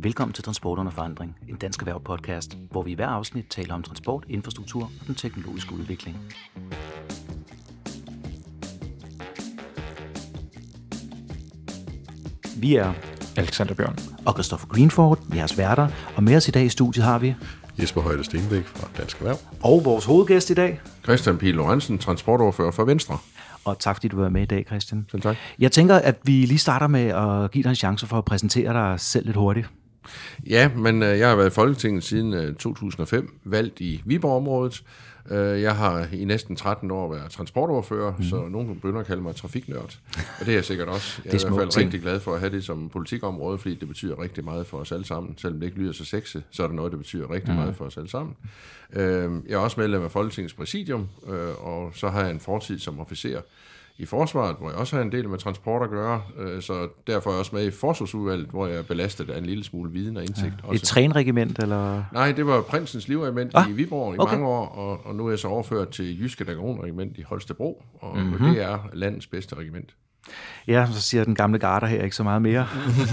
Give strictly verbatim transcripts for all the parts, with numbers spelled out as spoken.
Velkommen til Transport under forandring, en dansk erhverv-podcast, hvor vi i hver afsnit taler om transport, infrastruktur og den teknologiske udvikling. Vi er Alexander Bjørn og Christopher Greenford, jeres værter, og med os i dag i studiet har vi Jesper Højde Stenbæk fra Dansk Erhverv. Og vores hovedgæst i dag, Christian Pihl Lorentzen, transportordfører for Venstre. Og tak fordi du var med i dag, Christian. Selv tak. Jeg tænker, at vi lige starter med at give dig en chance for at præsentere dig selv lidt hurtigt. Ja, men øh, jeg har været i Folketinget siden øh, to tusind og fem, valgt i Viborg-området. Øh, jeg har i næsten tretten år været transportordfører, mm. så nogen begynder at kalde mig trafiknørd. Og det er jeg sikkert også. Jeg er, er i hvert fald ting. rigtig glad for at have det som politikområde, fordi det betyder rigtig meget for os alle sammen. Selvom det ikke lyder så sexet, så er det noget, der betyder rigtig mm. meget for os alle sammen. Øh, jeg er også medlem af Folketingets præsidium, øh, og så har jeg en fortid som officer i forsvaret, hvor jeg også har en del med transport at gøre, så derfor er jeg også med i forsvarsudvalget, hvor jeg er belastet af en lille smule viden og indsigt. Ja. Et trænregiment, eller? Nej, det var Prinsens Livregiment ah, i Viborg i okay. mange år, og, og nu er jeg så overført til Jyske Dragonregiment i Holstebro, og mm-hmm. det er landets bedste regiment. Ja, så siger den gamle garder her ikke så meget mere.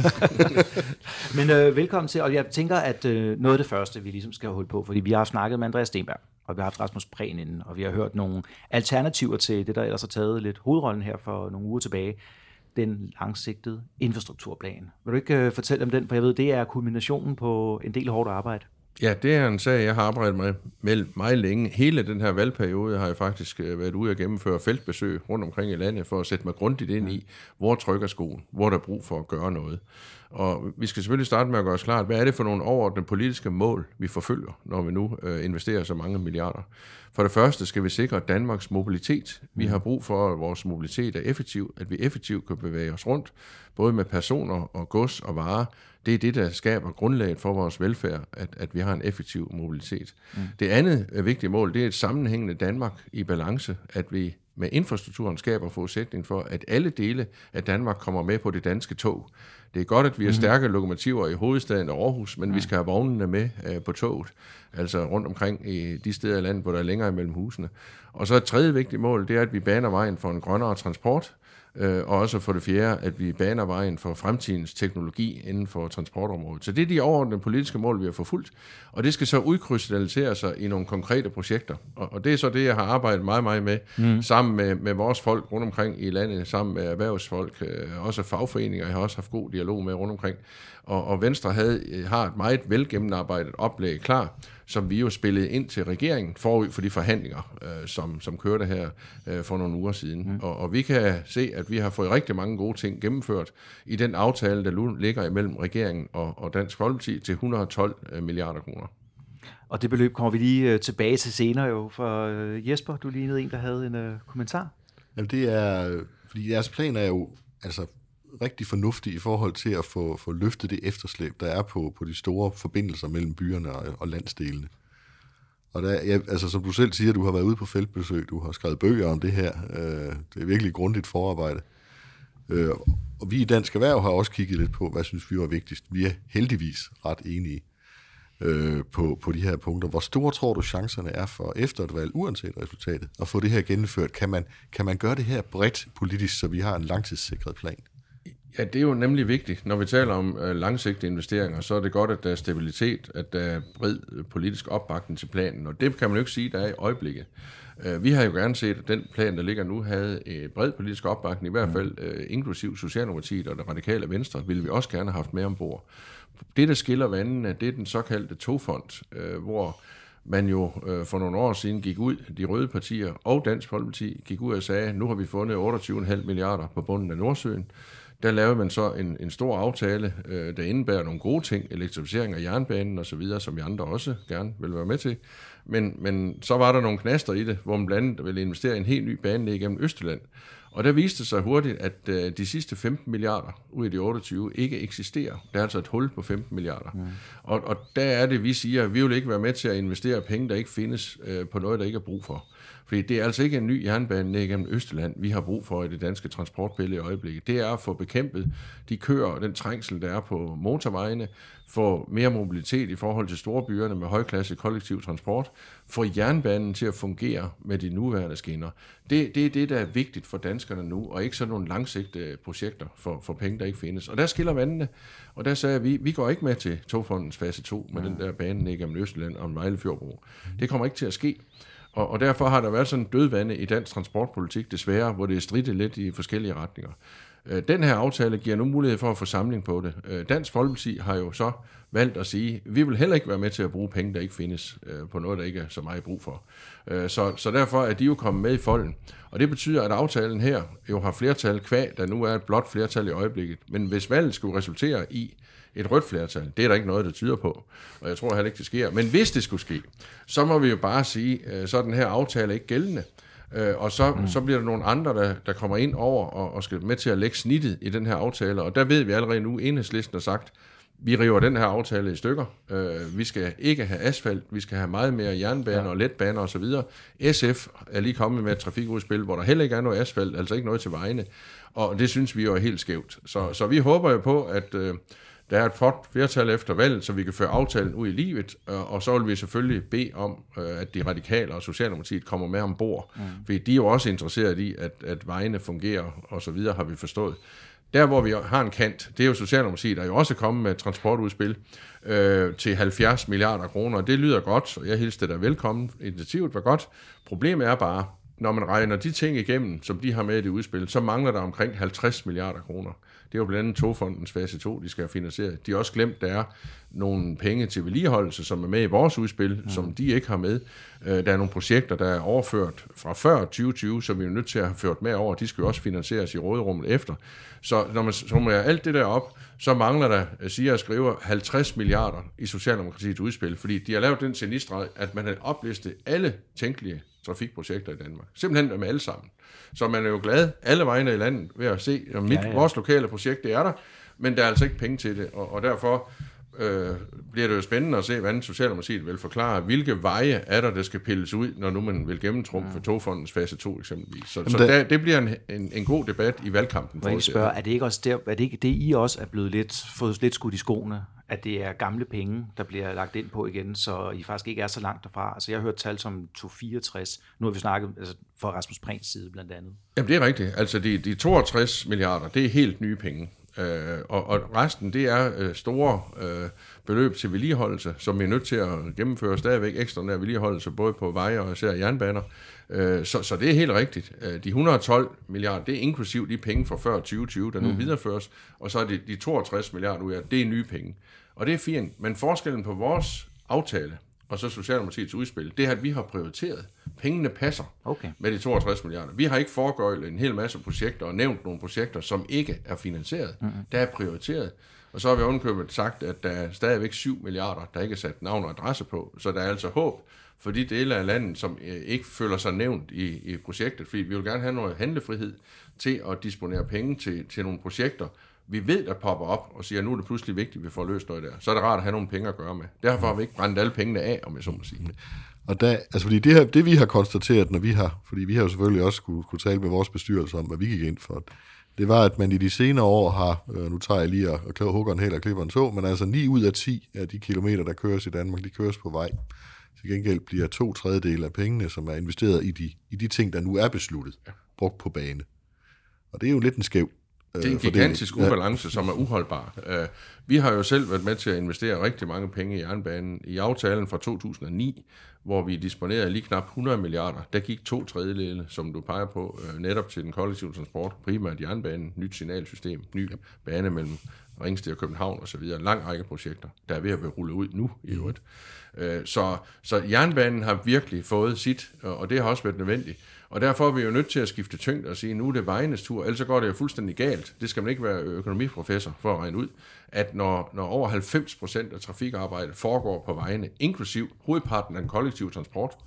Men øh, velkommen til, og jeg tænker, at øh, noget af det første, vi ligesom skal holde på, fordi vi har snakket med Andreas Steenberg, og vi har haft Rasmus Prehn inden, og vi har hørt nogle alternativer til det, der ellers har taget lidt hovedrollen her for nogle uger tilbage, den langsigtede infrastrukturplan. Vil du ikke øh, fortælle om den, for jeg ved, det er kulminationen på en del hårdt arbejde. Ja, det er en sag, jeg har arbejdet med, med meget længe. Hele den her valgperiode har jeg faktisk været ude at gennemføre feltbesøg rundt omkring i landet for at sætte mig grundigt ind i, hvor trykker skoen, hvor der er brug for at gøre noget. Og vi skal selvfølgelig starte med at gøre os klart, hvad er det for nogle overordnede politiske mål, vi forfølger, når vi nu øh, investerer så mange milliarder. For det første skal vi sikre Danmarks mobilitet. Vi har brug for, at vores mobilitet er effektiv, at vi effektivt kan bevæge os rundt, både med personer og gods og varer. Det er det, der skaber grundlaget for vores velfærd, at, at vi har en effektiv mobilitet. Mm. Det andet vigtige mål, det er et sammenhængende Danmark i balance, at vi med infrastrukturen skaber forudsætning for, at alle dele af Danmark kommer med på det danske tog. Det er godt, at vi har stærke lokomotiver i hovedstaden og Aarhus, men ja. vi skal have vognene med uh, på toget, altså rundt omkring i de steder i landet, hvor der er længere imellem husene. Og så et tredje vigtigt mål, det er, at vi baner vejen for en grønnere transport, og også for det fjerde, at vi baner vejen for fremtidens teknologi inden for transportområdet. Så det er de overordnede politiske mål, vi har forfulgt, og det skal så udkrystallisere sig i nogle konkrete projekter. Og det er så det, jeg har arbejdet meget, meget med, mm. sammen med, med vores folk rundt omkring i landet, sammen med erhvervsfolk, også fagforeninger, jeg har også haft god dialog med rundt omkring. Og, og Venstre havde, har et meget velgennemarbejdet oplæg klar, som vi jo spillede ind til regeringen forud for de forhandlinger, øh, som, som kørte her øh, for nogle uger siden. Mm. Og, og vi kan se, at vi har fået rigtig mange gode ting gennemført i den aftale, der nu ligger imellem regeringen og, og Dansk Folkeparti til et hundrede og tolv milliarder kroner. Og det beløb kommer vi lige tilbage til senere jo, for Jesper, du lignede en, der havde en uh, kommentar. Jamen det er, fordi jeres plan er jo altså rigtig fornuftig i forhold til at få, få løftet det efterslæb, der er på, på de store forbindelser mellem byerne og, og landsdelene. Og der, ja, altså, som du selv siger, du har været ude på feltbesøg, du har skrevet bøger om det her. Øh, det er virkelig grundigt forarbejde. Øh, og vi i Dansk Erhverv har også kigget lidt på, hvad synes vi var vigtigst. Vi er heldigvis ret enige øh, på, på de her punkter. Hvor store tror du chancerne er for efter et valg, uanset resultatet, at få det her gennemført? Kan man, kan man gøre det her bredt politisk, så vi har en langtidssikret plan? Ja, det er jo nemlig vigtigt. Når vi taler om øh, langsigtede investeringer, så er det godt, at der er stabilitet, at der er bred politisk opbakning til planen, og det kan man jo ikke sige, der er i øjeblikket. Øh, vi har jo gerne set, at den plan, der ligger nu, havde øh, bred politisk opbakning, i hvert fald øh, inklusiv Socialdemokratiet og det radikale Venstre, ville vi også gerne have haft med ombord. Det, der skiller vandene, det er den såkaldte togfond, øh, hvor man jo øh, for nogle år siden gik ud, de røde partier og Dansk Folkeparti gik ud og sagde, nu har vi fundet otteogtyve komma fem milliarder på bunden af Nordsøen. Der lavede man så en, en stor aftale, øh, der indebærer nogle gode ting, elektrificering af jernbanen og så videre, som vi andre også gerne vil være med til. Men, men så var der nogle knaster i det, hvor man blandt andet ville investere i en helt ny bane igennem Østjylland. Og der viste sig hurtigt, at øh, de sidste femten milliarder ud af de otteogtyve ikke eksisterer. Der er altså et hul på femten milliarder. Mm. Og, og der er det, vi siger, at vi vil ikke være med til at investere penge, der ikke findes øh, på noget, der ikke er brug for. For Fordi det er altså ikke en ny jernbane ned gennem Østjylland, vi har brug for i det danske transportbillede i øjeblikket. Det er at få bekæmpet de køer og den trængsel, der er på motorvejene, få mere mobilitet i forhold til storbyerne med højklasse kollektiv transport, få jernbanen til at fungere med de nuværende skinner. Det, det er det, der er vigtigt for danskerne nu, og ikke sådan nogle langsigtede projekter for, for penge, der ikke findes. Og der skiller vandene, og der sagde vi, vi går ikke med til Togfondens fase to med mm. den der bane ned gennem Østjylland og Vejlefjordbro. Det kommer ikke til at ske. Og, og derfor har der været sådan en dødvande i dansk transportpolitik, desværre, hvor det er stridt lidt i forskellige retninger. Den her aftale giver nu mulighed for at få samling på det. Dansk Folkeparti har jo så valgt at sige, vi vil heller ikke være med til at bruge penge, der ikke findes på noget, der ikke er så meget brug for. Så, så derfor er de jo kommet med i folden. Og det betyder, at aftalen her jo har flertal kvæg, der nu er et blot flertal i øjeblikket. Men hvis valget skulle resultere i et rødt flertal, det er der ikke noget, der tyder på, og jeg tror heller ikke, det sker. Men hvis det skulle ske, så må vi jo bare sige, så er den her aftale ikke gældende. Og så, mm. så bliver der nogle andre, der, der kommer ind over og, og skal med til at lægge snittet i den her aftale. Og der ved vi allerede nu, Enhedslisten har sagt, vi river den her aftale i stykker. Uh, vi skal ikke have asfalt, vi skal have meget mere jernbaner ja. og letbaner osv. S F er lige kommet med et trafikudspil, hvor der heller ikke er noget asfalt, altså ikke noget til vejene. Og det synes vi jo er helt skævt. Så, så vi håber jo på, at Uh, der er et flot flertal efter valget, så vi kan føre aftalen ud i livet, og så vil vi selvfølgelig bede om, at de radikale og Socialdemokratiet kommer med ombord, mm. fordi de er jo også interesseret i, at, at vejene fungerer, og så videre har vi forstået. Der, hvor vi har en kant, det er jo Socialdemokratiet, der er jo også kommet med et transportudspil øh, til halvfjerds milliarder kroner, og det lyder godt, og jeg hilste dig velkommen. Initiativet var godt. Problemet er bare, når man regner de ting igennem, som de har med i det udspil, så mangler der omkring halvtreds milliarder kroner. Det er jo blandt andet Togfondens fase to, de skal have finansieret. De har også glemt, der er nogle penge til vedligeholdelse, som er med i vores udspil, ja. som de ikke har med. Der er nogle projekter, der er overført fra før tyve tyve, som vi er nødt til at have ført med over. De skal jo også finansieres i råderummet efter. Så når man summerer alt det der op, så mangler der, siger og skriver, halvtreds milliarder i Socialdemokratiets udspil, fordi de har lavet den genistreg, at man har oplistet alle tænkelige trafikprojekter i Danmark. Simpelthen dem alle sammen. Så man er jo glad alle vegne i landet ved at se, at mit, ja, ja. vores lokale projekt, det er der, men der er altså ikke penge til det, og, og derfor øh, bliver det jo spændende at se, hvordan Socialdemokratiet vil forklare, hvilke veje er der, der skal pilles ud, når nu man vil gennemtrumfe for Togfondens fase to eksempelvis. Så, så der, det bliver en, en, en god debat i valgkampen. Må jeg spørge, er det ikke også der, er det ikke det, I også er blevet lidt, fået lidt skudt i skoene, at det er gamle penge, der bliver lagt ind på igen, så I faktisk ikke er så langt derfra. Altså jeg har hørt tal som to hundrede fireogtres, nu har vi snakket altså, fra Rasmus Prehns side blandt andet. Jamen det er rigtigt, altså de, de toogtres milliarder, det er helt nye penge. Øh, og, og resten, det er øh, store øh, beløb til vedligeholdelse, som vi er nødt til at gennemføre stadigvæk ekstraordinær vedligeholdelse, både på veje og især jernbaner. Øh, så, så det er helt rigtigt. De et hundrede og tolv milliarder, det er inklusiv de penge fra før tyve tyve, der nu mm. videreføres, og så er det de toogtres milliarder ud af, det er nye penge. Og det er fint, men forskellen på vores aftale og så Socialdemokratiets udspil, det er, at vi har prioriteret. Pengene passer okay. med de toogtres milliarder. Vi har ikke foregøjlet en hel masse projekter og nævnt nogle projekter, som ikke er finansieret. Mm-hmm. Der er prioriteret. Og så har vi ovenkøbet sagt, at der er stadigvæk syv milliarder, der ikke er sat navn og adresse på. Så der er altså håb for de dele af landet, som ikke føler sig nævnt i, i projektet. Fordi vi vil gerne have noget handlefrihed til at disponere penge til, til nogle projekter, vi ved, der popper op og siger, at nu er det pludselig vigtigt, at vi får løst noget der. Så er det rart at have nogle penge at gøre med. Derfor har vi ikke brændt alle pengene af, om jeg så må sige. Og der, altså fordi det, her, det vi har konstateret, når vi har, fordi vi har jo selvfølgelig også kunne, kunne tale med vores bestyrelse om, hvad vi gik ind for, det var, at man i de senere år har, øh, nu tager jeg lige og, og hugger en hel og klipper en tå, men altså ni ud af ti af de kilometer, der køres i Danmark, de køres på vej. Til gengæld bliver to tredjedele af pengene, som er investeret i de, i de ting, der nu er besluttet, brugt på bane. Og det er jo lidt en skæv. Det er en gigantisk ubalance, som er uholdbar. Vi har jo selv været med til at investere rigtig mange penge i jernbanen. I aftalen fra to tusind og ni, hvor vi disponerede lige knap hundrede milliarder, der gik to tredjedele, som du peger på, netop til den kollektive transport, primært jernbanen, nyt signalsystem, ny bane mellem Ringsted og København osv. En lang række projekter, der er ved at blive rullet ud nu i øvrigt. Så, så jernbanen har virkelig fået sit, og det har også været nødvendigt. Og derfor er vi jo nødt til at skifte tyngde og sige, nu er det vejenes tur, ellers går det jo fuldstændig galt. Det skal man ikke være økonomiprofessor for at regne ud, at når, når over halvfems procent af trafikarbejdet foregår på vejene, inklusiv hovedparten af den kollektive transport,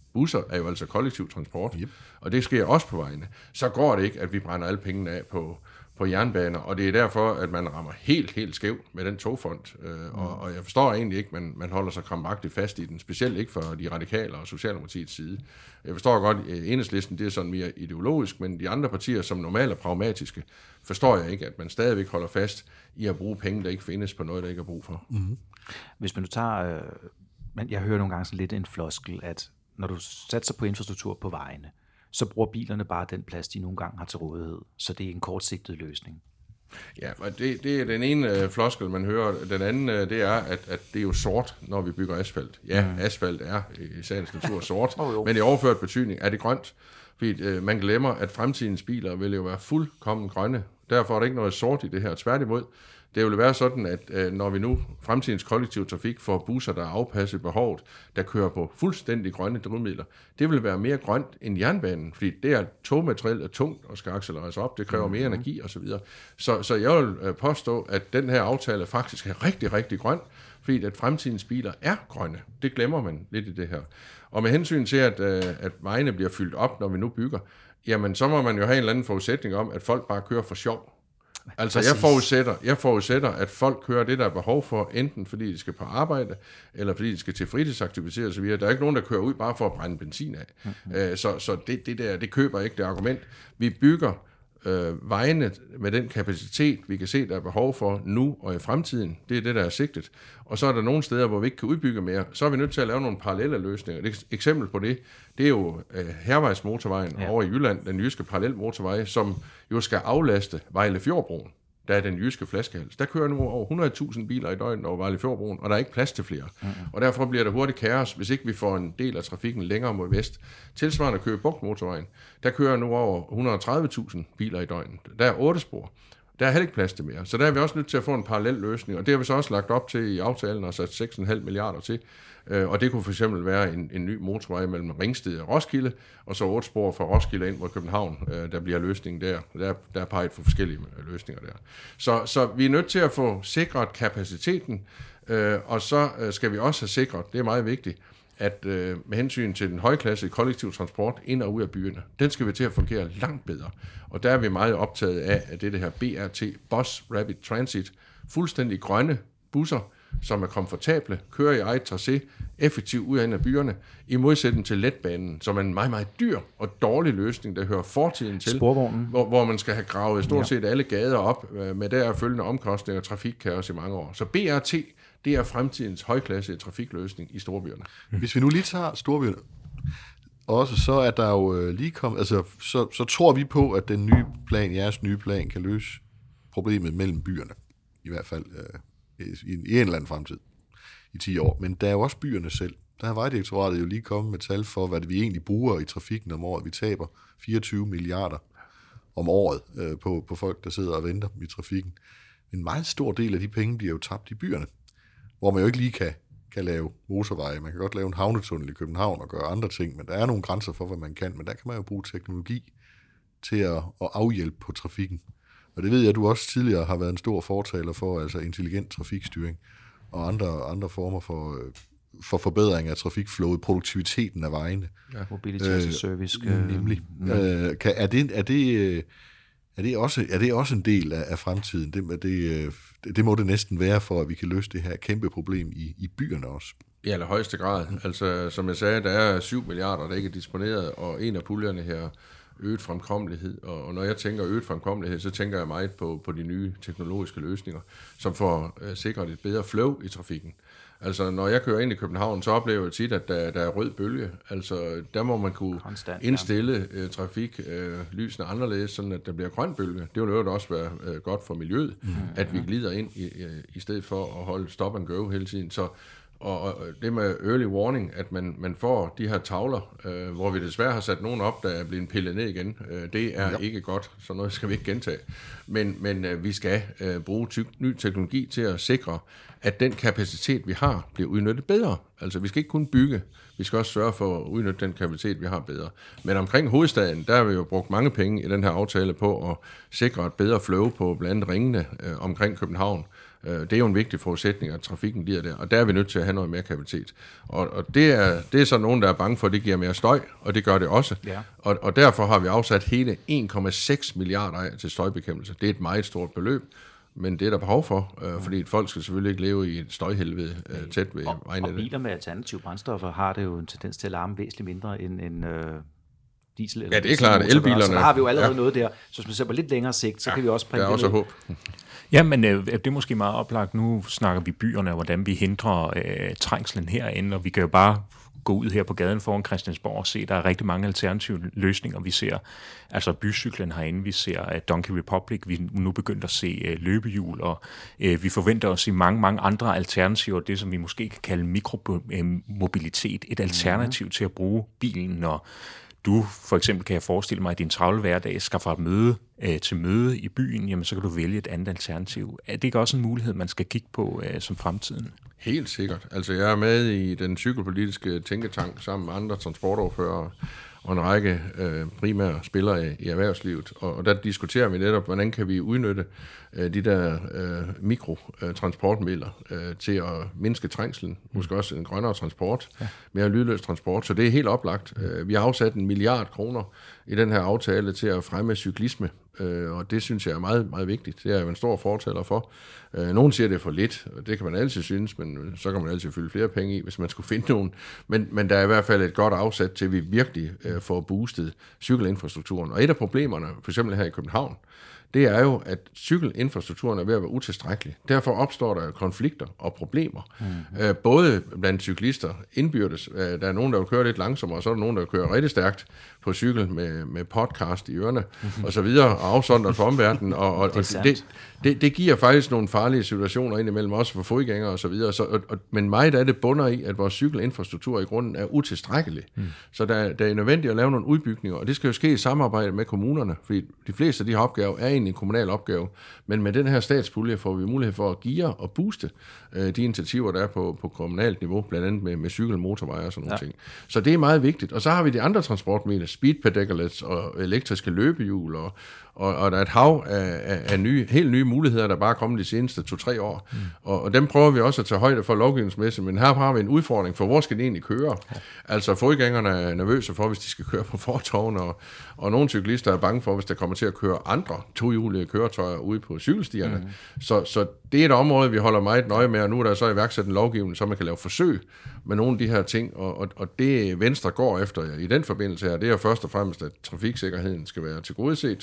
busser er jo altså kollektiv transport, Yep. og det sker også på vejene. Så går det ikke, at vi brænder alle pengene af på, på jernbaner, og det er derfor, at man rammer helt, helt skævt med den togfond. Øh, og, og jeg forstår egentlig ikke, at man, man holder sig krampagtigt fast i den, specielt ikke fra de radikale og Socialdemokratiets side. Jeg forstår godt, at Enhedslisten det er sådan mere ideologisk, men de andre partier, som normalt er pragmatiske, forstår jeg ikke, at man stadigvæk holder fast i at bruge penge, der ikke findes på noget, der ikke er brug for. Mm-hmm. Hvis man nu tager, øh, men jeg hører nogle gange sådan lidt en floskel, at når du satser på infrastruktur på vejene, så bruger bilerne bare den plads, de nogle gange har til rådighed. Så det er en kortsigtet løsning. Ja, og det, det er den ene øh, floskel, man hører. Den anden, øh, det er, at, at det er jo sort, når vi bygger asfalt. Ja, mm. asfalt er i sagens natur sort, oh, men i overført betydning er det grønt. Fordi øh, man glemmer, at fremtidens biler vil jo være fuldkommen grønne. Derfor er der ikke noget sort i det her. Tværtimod, det vil være sådan, at øh, når vi nu fremtidens kollektiv trafik får busser, der er afpasset behovet, der kører på fuldstændig grønne drivmidler, det vil være mere grønt end jernbanen, fordi det er togmateriel er tungt og skal accelereres op, det kræver mere energi osv. Så, så jeg vil øh, påstå, at den her aftale faktisk er rigtig, rigtig grøn, fordi at fremtidens biler er grønne. Det glemmer man lidt i det her. Og med hensyn til, at, øh, at vejene bliver fyldt op, når vi nu bygger, jamen så må man jo have en eller anden forudsætning om, at folk bare kører for sjov. Altså jeg forudsætter, jeg forudsætter, at folk kører det, der er behov for, enten fordi de skal på arbejde, eller fordi de skal til fritidsaktiviteter osv. Der er ikke nogen, der kører ud bare for at brænde benzin af. Mm-hmm. Så, så det, det der, det køber ikke det argument. Vi bygger øh, vejene med den kapacitet, vi kan se, der er behov for nu og i fremtiden. Det er det, der er sigtet. Og så er der nogle steder, hvor vi ikke kan udbygge mere. Så er vi nødt til at lave nogle parallelle løsninger. Et eksempel på det, det er jo øh, Hærvejsmotorvejen ja. over i Jylland, den jyske parallelmotorvej, som jo skal aflaste Vejle-Fjordbroen. Der er den jyske flaskehals. Der kører nu over hundrede tusind biler i døgnet over Vejle-Fjordbroen, og der er ikke plads til flere. Mm-hmm. Og derfor bliver der hurtigt kaos, hvis ikke vi får en del af trafikken længere mod vest. Tilsvarende Køge Bugt motorvejen. Der kører nu over et hundrede og tredive tusind biler i døgnet. Der er otte spor. Der er heller ikke plads til mere. Så der er vi også nødt til at få en parallel løsning, og det har vi så også lagt op til i aftalen og sat seks komma fem milliarder til. Og det kunne for eksempel være en, en ny motorvej mellem Ringsted og Roskilde, og så otte spor fra Roskilde ind mod København, der bliver løsningen der. Der, der er peget for forskellige løsninger der. Så, så vi er nødt til at få sikret kapaciteten, og så skal vi også have sikret, det er meget vigtigt, at med hensyn til den højklasse kollektiv transport ind og ud af byerne, den skal vi til at fungere langt bedre. Og der er vi meget optaget af, at det her B R T, Bus Rapid Transit, fuldstændig grønne busser, som er komfortable, kører i eget tracé, effektivt ud af byerne, i modsætning til letbanen, som er en meget, meget dyr og dårlig løsning, der hører fortiden til, hvor, hvor man skal have gravet stort set alle gader op med der følgende omkostninger og trafikkaos i mange år. Så B R T, det er fremtidens højklasse trafikløsning i storbyerne. Hvis vi nu lige tager storbyerne, også så er der jo lige kommet, altså så, så tror vi på, at den nye plan, jeres nye plan, kan løse problemet mellem byerne, i hvert fald øh, i en eller anden fremtid, i ti år. Men der er jo også byerne selv. Der har Vejdirektoratet jo lige kommet med tal for, hvad det vi egentlig bruger i trafikken om året. Vi taber fireogtyve milliarder om året øh, på, på folk, der sidder og venter i trafikken. En meget stor del af de penge bliver jo tabt i byerne, hvor man jo ikke lige kan, kan lave motorveje. Man kan godt lave en havnetunnel i København og gøre andre ting, men der er nogle grænser for, hvad man kan. Men der kan man jo bruge teknologi til at, at afhjælpe på trafikken. Og det ved jeg, at du også tidligere har været en stor fortaler for, altså intelligent trafikstyring og andre, andre former for, for forbedring af trafikflowet, produktiviteten af vejene. Ja, mobility as a service. Øh, nemlig. Mm. Øh, kan, er, det, er, det, er, det også, er det også en del af, af fremtiden? Det, det, det må det næsten være, for at vi kan løse det her kæmpe problem i, i byerne også. I allerhøjeste grad. Altså, som jeg sagde, der er syv milliarder, der ikke er disponeret, og en af puljerne her øget fremkommelighed, og når jeg tænker øget fremkommelighed, så tænker jeg meget på, på de nye teknologiske løsninger, som får uh, sikret et bedre flow i trafikken. Altså, når jeg kører ind i København, så oplever jeg tit, at der, der er rød bølge. Altså, der må man kunne Konstant, indstille ja. uh, trafiklysene uh, anderledes, sådan at der bliver grøn bølge. Det vil jo også være uh, godt for miljøet, mm. at vi glider ind i, uh, i stedet for at holde stop and go hele tiden. Så Og det med early warning, at man, man får de her tavler, øh, hvor vi desværre har sat nogen op, der er blevet pillet ned igen, øh, det er ja. ikke godt, så noget skal vi ikke gentage. Men, men øh, vi skal øh, bruge ty- ny teknologi til at sikre, at den kapacitet, vi har, bliver udnyttet bedre. Altså vi skal ikke kun bygge, vi skal også sørge for at udnytte den kapacitet, vi har bedre. Men omkring hovedstaden, der har vi jo brugt mange penge i den her aftale på at sikre et bedre flow på blandt andet ringene øh, omkring København, Det er jo en vigtig forudsætning, at trafikken bliver der, og der er vi nødt til at have noget mere kapacitet. Og, og det, er, det er så nogen, der er bange for, at det giver mere støj, og det gør det også. Ja. Og, og derfor har vi afsat hele en komma seks milliarder af til støjbekæmpelse. Det er et meget stort beløb, men det er der behov for, øh, fordi folk skal selvfølgelig ikke leve i et støjhelvede øh, tæt ved vejnettet. Og biler med alternative brændstoffer har det jo en tendens til at larme væsentligt mindre end, end øh, diesel. Eller ja, det er klart, elbilerne. Så der har vi jo allerede ja. noget der. Så hvis man ser på lidt længere sigt, så ja, kan vi også bringe det. Der er også håb. Ja, men øh, det er måske meget oplagt. Nu snakker vi byerne, og hvordan vi hindrer øh, trængslen herinde, og vi kan jo bare gå ud her på gaden foran Christiansborg og se, at der er rigtig mange alternative løsninger. Vi ser altså bycyklen herinde, vi ser uh, Donkey Republic, vi er nu begyndt at se uh, løbehjul, og uh, vi forventer os i mange, mange andre alternativer, det som vi måske kan kalde mikromobilitet, et alternativ mm-hmm. til at bruge bilen, når du for eksempel, kan jeg forestille mig, at din travle hverdag skal fra et møde øh, til møde i byen, jamen så kan du vælge et andet alternativ. Er det ikke også en mulighed, man skal kigge på øh, som fremtiden? Helt sikkert. Altså jeg er med i den cykelpolitiske tænketank sammen med andre transportoverførere og en række øh, primære spillere i, i erhvervslivet, og, og der diskuterer vi netop, hvordan kan vi udnytte øh, de der øh, mikrotransportmidler øh, til at mindske trængslen, måske også en grønnere transport, ja. mere lydløs transport, så det er helt oplagt. Øh, vi har afsat en milliard kroner i den her aftale til at fremme cyklisme, øh, og det synes jeg er meget, meget vigtigt. Det er jo en stor fortæller for. Øh, nogen siger, det er for lidt, og det kan man altid synes, men så kan man altid fylde flere penge i, hvis man skulle finde nogen. Men, men der er i hvert fald et godt afsat til, at vi virkelig øh, får boostet cykelinfrastrukturen. Og et af problemerne, for eksempel her i København, det er jo, at cykelinfrastrukturen er ved at være utilstrækkelig. Derfor opstår der konflikter og problemer. Mm-hmm. Øh, både blandt cyklister indbyrdes. Øh, der er nogen, der vil køre lidt langsommere, og så er der nogen, der vil køre rigtig stærkt på cykel med, med podcast i ørerne, mm-hmm. og så videre, og afsondret fra omverdenen. Og, og, det, og det, det, det giver faktisk nogle farlige situationer indimellem, også for fodgængere og så videre. Så, og, og, men meget af det bunder i, at vores cykelinfrastruktur i grunden er utilstrækkelig. Mm. Så der, der er nødvendigt at lave nogle udbygninger, og det skal jo ske i samarbejde med kommunerne, fordi de fleste af de her opgaver er egentlig en kommunal opgave, men med den her statspulje får vi mulighed for at geare og booste øh, de initiativer, der er på, på kommunalt niveau, blandt andet med, med cykel, motorveje og sådan nogle ja. ting. Så det er meget vigtigt. Og så har vi de andre transportmidler, speed pedelecs og elektriske løbehjul, og, og, og der er et hav af, af, af nye, helt nye muligheder, der bare er kommet de seneste to-tre år. Mm. Og, og dem prøver vi også at tage højde for lovgivningsmæssigt, men her har vi en udfordring, for hvor skal det egentlig køre? Ja. Altså fodgængerne er nervøse for, hvis de skal køre på fortoven, og, og nogle cyklister er bange for, hvis der kommer til at køre andre tohjulede køretøjer ude på cykelstierne. Mm. Så, så det er et område, vi holder meget nøje med, og nu er der så iværksat en lovgivning, så man kan lave forsøg med nogle af de her ting, og, og, og det Venstre går efter i den forbindelse her, det er først og fremmest, at trafiksikkerheden skal være tilgodeset,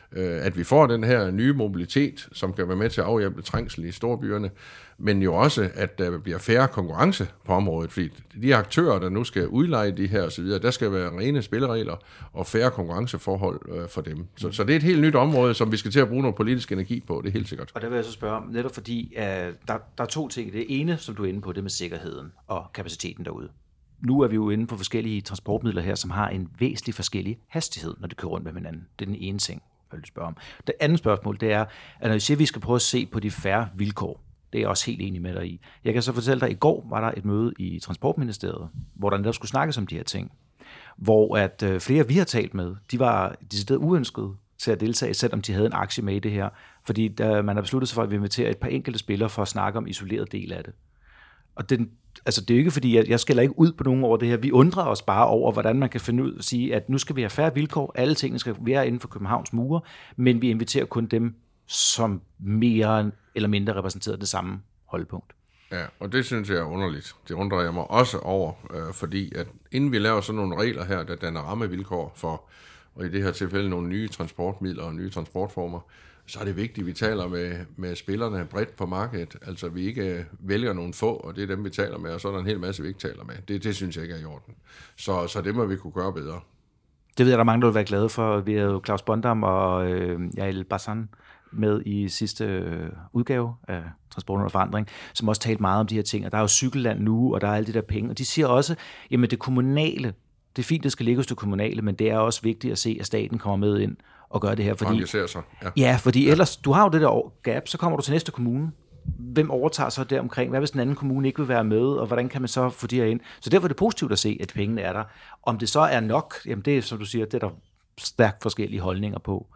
at vi får den her nye mobilitet, som kan være med til at afhjælpe trængsel i storbyerne, men jo også, at der bliver færre konkurrence på området, fordi de aktører, der nu skal udleje de her osv., der skal være rene spilleregler og færre konkurrenceforhold øh, for dem. Så, så det er et helt nyt område, som vi skal til at bruge noget politisk energi på, det er helt sikkert. Og der vil jeg så spørge om, netop fordi, uh, der, der er to ting. Det ene, som du er inde på, det med sikkerheden og kapaciteten derude. Nu er vi jo inde på forskellige transportmidler her, som har en væsentlig forskellig hastighed, når det kører rundt med hinanden. Det er den ene ting, jeg vil spørge om. Det andet spørgsmål, det er, at når vi siger, at vi skal prøve at se på de færre vilkår, det er jeg også helt enig med dig i. Jeg kan så fortælle dig, at i går var der et møde i Transportministeriet, hvor der netop skulle snakkes om de her ting, hvor at øh, flere, vi har talt med, de var decideret uønskede til at deltage, selvom de havde en aktie med i det her, fordi der, man har besluttet sig for, at vi inviterer et par enkelte spillere for at snakke om isoleret del af det. Og den, altså det er jo ikke fordi, jeg, jeg skælder ikke ud på nogen over det her. Vi undrer os bare over, hvordan man kan finde ud og sige, at nu skal vi have færre vilkår, alle tingene skal være inden for Københavns mure, men vi inviterer kun dem, som mere eller mindre repræsenterer det samme holdepunkt. Ja, og det synes jeg er underligt. Det undrer jeg mig også over, øh, fordi at inden vi laver sådan nogle regler her, der danner rammevilkår for, og i det her tilfælde nogle nye transportmidler og nye transportformer, så er det vigtigt, at vi taler med, med spillerne bredt på markedet. Altså, vi ikke vælger nogle få, og det er dem, vi taler med, og så er der en hel masse, vi ikke taler med. Det, det synes jeg ikke er i orden. Så, så det må vi kunne gøre bedre. Det ved jeg, der er mange, der vil være glade for. Vi har jo Claus Bondam og øh, Jael Bassan med i sidste øh, udgave af Transport og Forandring, som også talt meget om de her ting. Og der er jo cykelland nu, og der er alle de der penge. Og de siger også, jamen det kommunale, det er fint, det skal ligge hos det kommunale, men det er også vigtigt at se, at staten kommer med ind og gør det her. Fordi, sig. Ja. ja, fordi ja. ellers, du har jo det der gap, så kommer du til næste kommune. Hvem overtager så der omkring? Hvad hvis den anden kommune ikke vil være med, og hvordan kan man så få de her ind? Så derfor er det positivt at se, at pengene er der. Om det så er nok, jamen det er, som du siger, det er der stærkt forskellige holdninger på.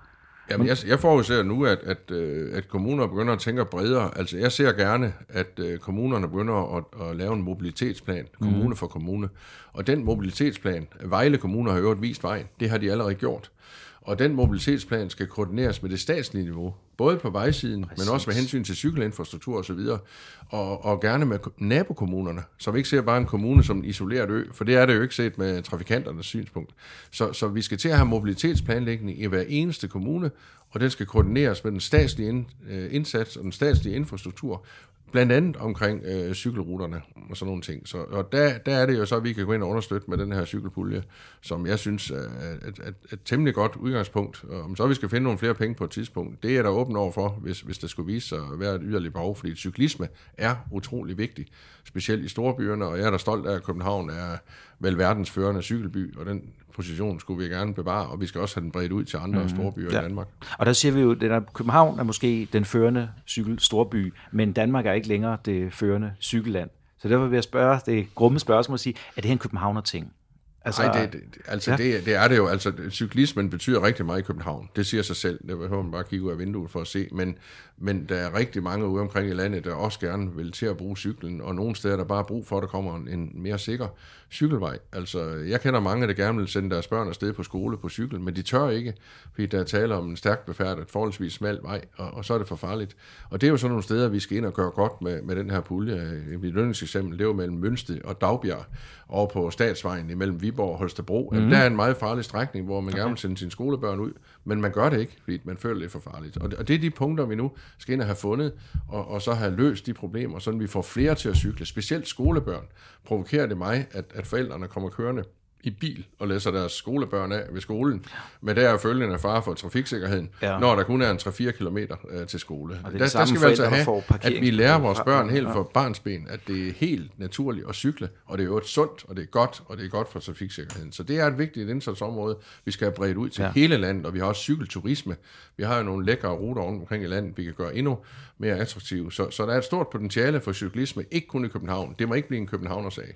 Jamen, jeg, jeg forudser nu, at, at, at kommuner begynder at tænke bredere. Altså, jeg ser gerne, at kommunerne begynder at, at lave en mobilitetsplan, kommune mm. for kommune. Og den mobilitetsplan, Vejle Kommune har øvrigt vist vejen, det har de allerede gjort. Og den mobilitetsplan skal koordineres med det statslige niveau, både på vejsiden, Præcis. men også med hensyn til cykelinfrastruktur osv., og, og gerne med nabokommunerne, så vi ikke ser bare en kommune som en isoleret ø, for det er det jo ikke set med trafikanternes synspunkt. Så, så vi skal til at have mobilitetsplanlægning i hver eneste kommune, og den skal koordineres med den statslige indsats og den statslige infrastruktur, blandt andet omkring øh, cykelruterne og sådan nogle ting. Så, og der, der er det jo så, at vi kan gå ind og understøtte med den her cykelpulje, som jeg synes er et, et, et temmelig godt udgangspunkt. Og om så vi skal finde nogle flere penge på et tidspunkt, det er der åben over for, hvis, hvis der skulle vise sig at være et yderligere behov, fordi cyklisme er utrolig vigtig, specielt i storbyerne, og jeg er da stolt af, at København er vel verdens førende cykelby, og den position skulle vi gerne bevare, og vi skal også have den bredt ud til andre mm. storbyer ja. i Danmark. Og der siger vi jo, at København er måske den førende cykel-storby, men Danmark er ikke længere det førende cykelland. Så derfor vil jeg spørge, det er grumme spørgsmål at sige, er det her en københavner-ting? Altså, Nej, det, det, altså ja. det, det er det jo. Altså, cyklismen betyder rigtig meget i København. Det siger sig selv. Det behøver man bare kigge ud af vinduet for at se. Men, men der er rigtig mange ude omkring i landet, der også gerne vil til at bruge cyklen, og nogle steder, der bare er brug for, at der kommer en, en mere sikker cykelvej. Altså, jeg kender mange, der gerne vil sende deres børn afsted på skole på cykel, men de tør ikke, fordi der taler om en stærkt befærdet, forholdsvis smal vej, og, og så er det for farligt. Og det er jo sådan nogle steder, vi skal ind og gøre godt med, med den her pulje. Et yndlingseksempel, det er jo mellem Mønsted og Dagbjerg, over på Statsvejen imellem Viborg og Holstebro. Mm. Der er en meget farlig strækning, hvor man okay. gerne vil sende sine skolebørn ud, men man gør det ikke, fordi man føler, det er for farligt. Og det, og det er de punkter, vi nu skal ind og have fundet, og, og så have løst de problemer, så vi får flere til at cykle. Specielt skolebørn provokerer det mig, at, at forældrene kommer kørende i bil og læser deres skolebørn af ved skolen, med der følgende fare for trafiksikkerheden, ja. når der kun er en tre til fire kilometer øh, til skole. Der, der skal vi altså have, at vi lærer vores børn helt fra barnsben, at det er helt naturligt at cykle, og det er jo et sundt, og det er godt, og det er godt for trafiksikkerheden. Så det er et vigtigt indsatsområde, vi skal have bredt ud til ja. hele landet, og vi har også cykelturisme. Vi har jo nogle lækre ruter rundt omkring i landet, vi kan gøre endnu mere attraktive. Så, så der er et stort potentiale for cyklisme, ikke kun i København. Det må ikke blive en københavnersag.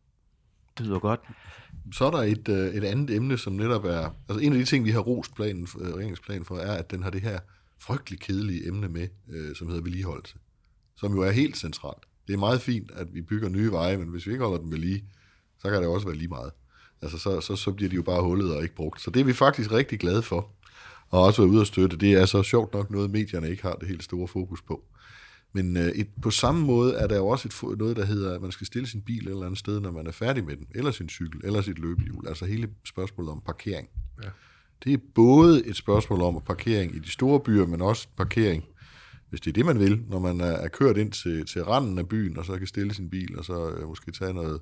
Det lyder godt. Så er der et, et andet emne, som netop er... Altså en af de ting, vi har rost planen, regeringsplanen for, er, at den har det her frygtelig kedelige emne med, som hedder vedligeholdelse, som jo er helt centralt. Det er meget fint, at vi bygger nye veje, men hvis vi ikke holder dem ved lige, så kan det også være lige meget. Altså så, så, så bliver de jo bare hullet og ikke brugt. Så det er vi faktisk rigtig glade for, og også været ude at støtte. Det er så sjovt nok noget, medierne ikke har det helt store fokus på. Men øh, et, på samme måde er der jo også et, noget, der hedder, at man skal stille sin bil et eller andet sted, når man er færdig med den, eller sin cykel, eller sit løbehjul. Altså hele spørgsmålet om parkering. Ja. Det er både et spørgsmål om parkering i de store byer, men også parkering, hvis det er det, man vil, når man er, er kørt ind til, til randen af byen, og så kan stille sin bil, og så øh, måske tage noget...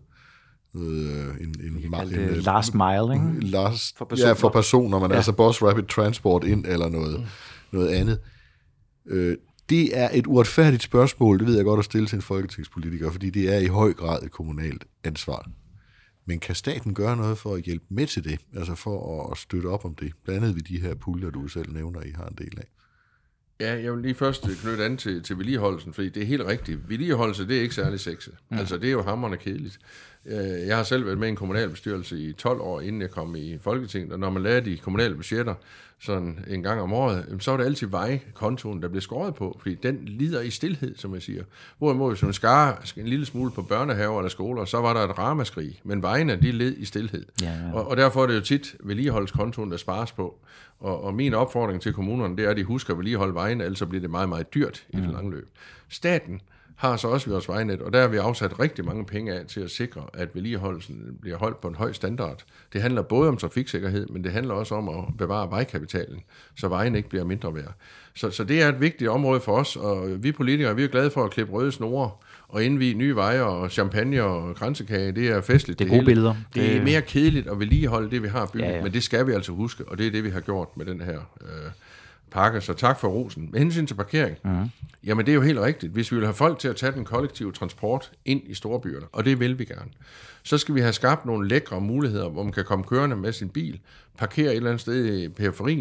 noget en, en, en, en last mile, ikke? Last, for personer. Ja, for personer, man ja. altså Bus Rapid Transport ind, eller noget, mm. noget andet. Øh, Det er et uretfærdigt spørgsmål, det ved jeg godt at stille til en folketingspolitiker, fordi det er i høj grad et kommunalt ansvar. Men kan staten gøre noget for at hjælpe med til det, altså for at støtte op om det? Blandt andet ved de her puljer, du selv nævner, I har en del af. Ja, jeg vil lige først knytte an til, til vedligeholdelsen, fordi det er helt rigtigt. Vedligeholdelse, det er ikke særlig sexet. Mm. Altså, det er jo hamrende kedeligt. Jeg har selv været med i en kommunalbestyrelse i tolv år, inden jeg kom i Folketinget, og når man lavede de kommunale budgetter sådan en gang om året, så var det altid vejkontoen, der blev skåret på, fordi den lider i stilhed, som jeg siger. Hvorimod, hvis man skar en lille smule på børnehaver eller skoler, så var der et ramaskrig, men vejene, de led i stilhed. Ja, ja. Og, og derfor er det jo tit vedligeholdskontoen, der spares på. Og, og min opfordring til kommunerne, det er, at de husker at vedligeholde vejene, ellers bliver det meget, meget dyrt i det lange løb. Staten har så også vores vejnet, og der har vi afsat rigtig mange penge af til at sikre, at vedligeholdelsen bliver holdt på en høj standard. Det handler både om trafiksikkerhed, men det handler også om at bevare vejkapitalen, så vejen ikke bliver mindre værd. Så, så det er et vigtigt område for os, og vi politikere, vi er glade for at klippe røde snore og indvige nye veje og champagne og kransekage. Det er festligt. Det er gode det billeder. Det er mere kedeligt at vedligeholde det, vi har bygget, ja, ja. men det skal vi altså huske, og det er det, vi har gjort med den her øh, pakke, så tak for rosen. Med hensyn til parkering, uh-huh. jamen det er jo helt rigtigt. Hvis vi vil have folk til at tage den kollektive transport ind i storbyerne, og det vil vi gerne, så skal vi have skabt nogle lækre muligheder, hvor man kan komme kørende med sin bil, parkere et eller andet sted i periferien,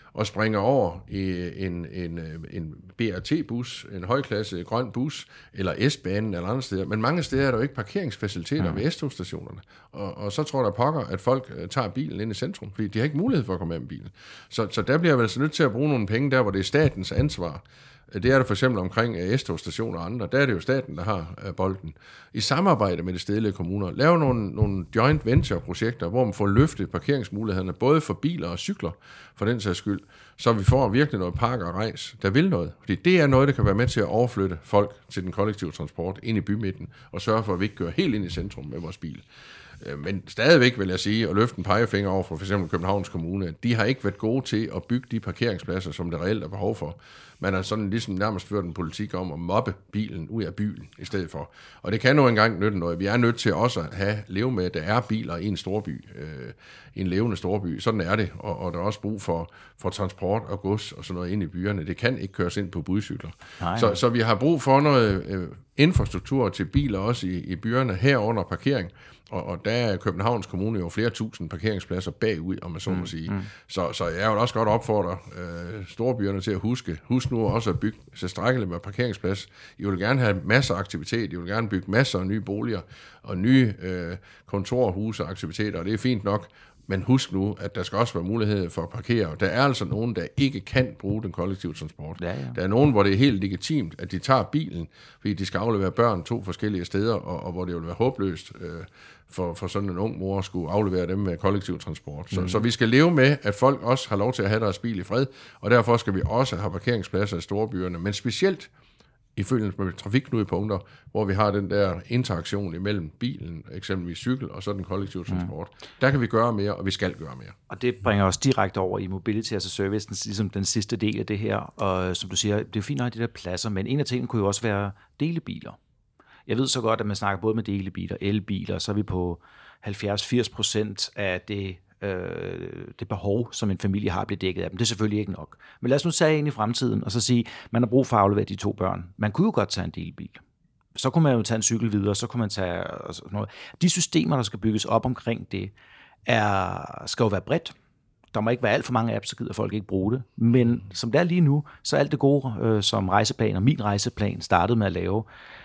og springer over i en, en, en B R T-bus, en højklasse grøn bus, eller S-banen eller andre steder. Men mange steder er der jo ikke parkeringsfaciliteter mm. ved S-togstationerne. Og, og så tror der pokker, at folk tager bilen ind i centrum, fordi de har ikke mulighed for at komme med en bil. Så, så der bliver jeg vel så nødt til at bruge nogle penge der, hvor det er statens ansvar. Det er det for eksempel omkring S-togstationer og andre. Der er det jo staten, der har bolden. I samarbejde med de stedlige kommuner. Lave nogle, nogle joint venture-projekter, hvor man får løftet parkeringsmulighederne, både for biler og cykler, for den sags skyld, så vi får virkelig noget park og rejs, der vil noget. Fordi det er noget, der kan være med til at overflytte folk til den kollektive transport ind i bymidten, og sørge for, at vi ikke kører helt ind i centrum med vores bil. Men stadigvæk vil jeg sige, at løfte en pegefinger over for f.eks. Københavns Kommune, de har ikke været gode til at bygge de parkeringspladser, som det reelt er behov for. Man har sådan ligesom nærmest ført en politik om at mobbe bilen ud af byen i stedet for. Og det kan nu engang nytte noget. Vi er nødt til også at have, leve med, at der er biler i en storby, øh, i en levende storby. Sådan er det. Og, og der er også brug for, for transport og gods og sådan noget ind i byerne. Det kan ikke køres ind på budcykler. Så, så vi har brug for noget øh, infrastruktur til biler også i, i byerne, herunder parkering. Og, og der er Københavns Kommune jo flere tusind parkeringspladser bagud, om man så må sige. Mm, mm. Så, så jeg vil også godt opfordre øh, storbyerne til at huske, husk nu også at bygge tilstrækkeligt med parkeringsplads. I vil gerne have masser af aktivitet, I vil gerne bygge masser af nye boliger og nye øh, kontorhuse og aktiviteter, og det er fint nok. Men husk nu, at der skal også være mulighed for at parkere. Der er altså nogen, der ikke kan bruge den kollektive transport. Ja, ja. Der er nogen, hvor det er helt legitimt, at de tager bilen, fordi de skal aflevere børn to forskellige steder, og, og hvor det vil være håbløst øh, for, for sådan en ung mor at skulle aflevere dem med kollektiv transport. Så, mm. så vi skal leve med, at folk også har lov til at have deres bil i fred, og derfor skal vi også have parkeringspladser i storbyerne, men specielt i følgende med trafikknudepunkter, hvor vi har den der interaktion imellem bilen, eksempelvis cykel, og så den kollektive transport. Mm. Der kan vi gøre mere, og vi skal gøre mere. Og det bringer os direkte over i mobility as a service, ligesom den sidste del af det her. Og som du siger, det er fint nok de der pladser, men en af tingene kunne jo også være delebiler. Jeg ved så godt, at man snakker både med delebiler, elbiler, så er vi på halvfjerds til firs procent af det det behov, som en familie har, bliver dækket af dem. Det er selvfølgelig ikke nok. Men lad os nu tage ind i fremtiden, og så sige, man har brug for at aflevere de to børn. Man kunne jo godt tage en delbil. Så kunne man jo tage en cykel videre, så kunne man tage noget. De systemer, der skal bygges op omkring det, er, skal jo være bredt. Der må ikke være alt for mange apps, så gider folk ikke bruge det. Men som det er lige nu, så alt det gode, øh, som rejseplan og min rejseplan startede med at lave,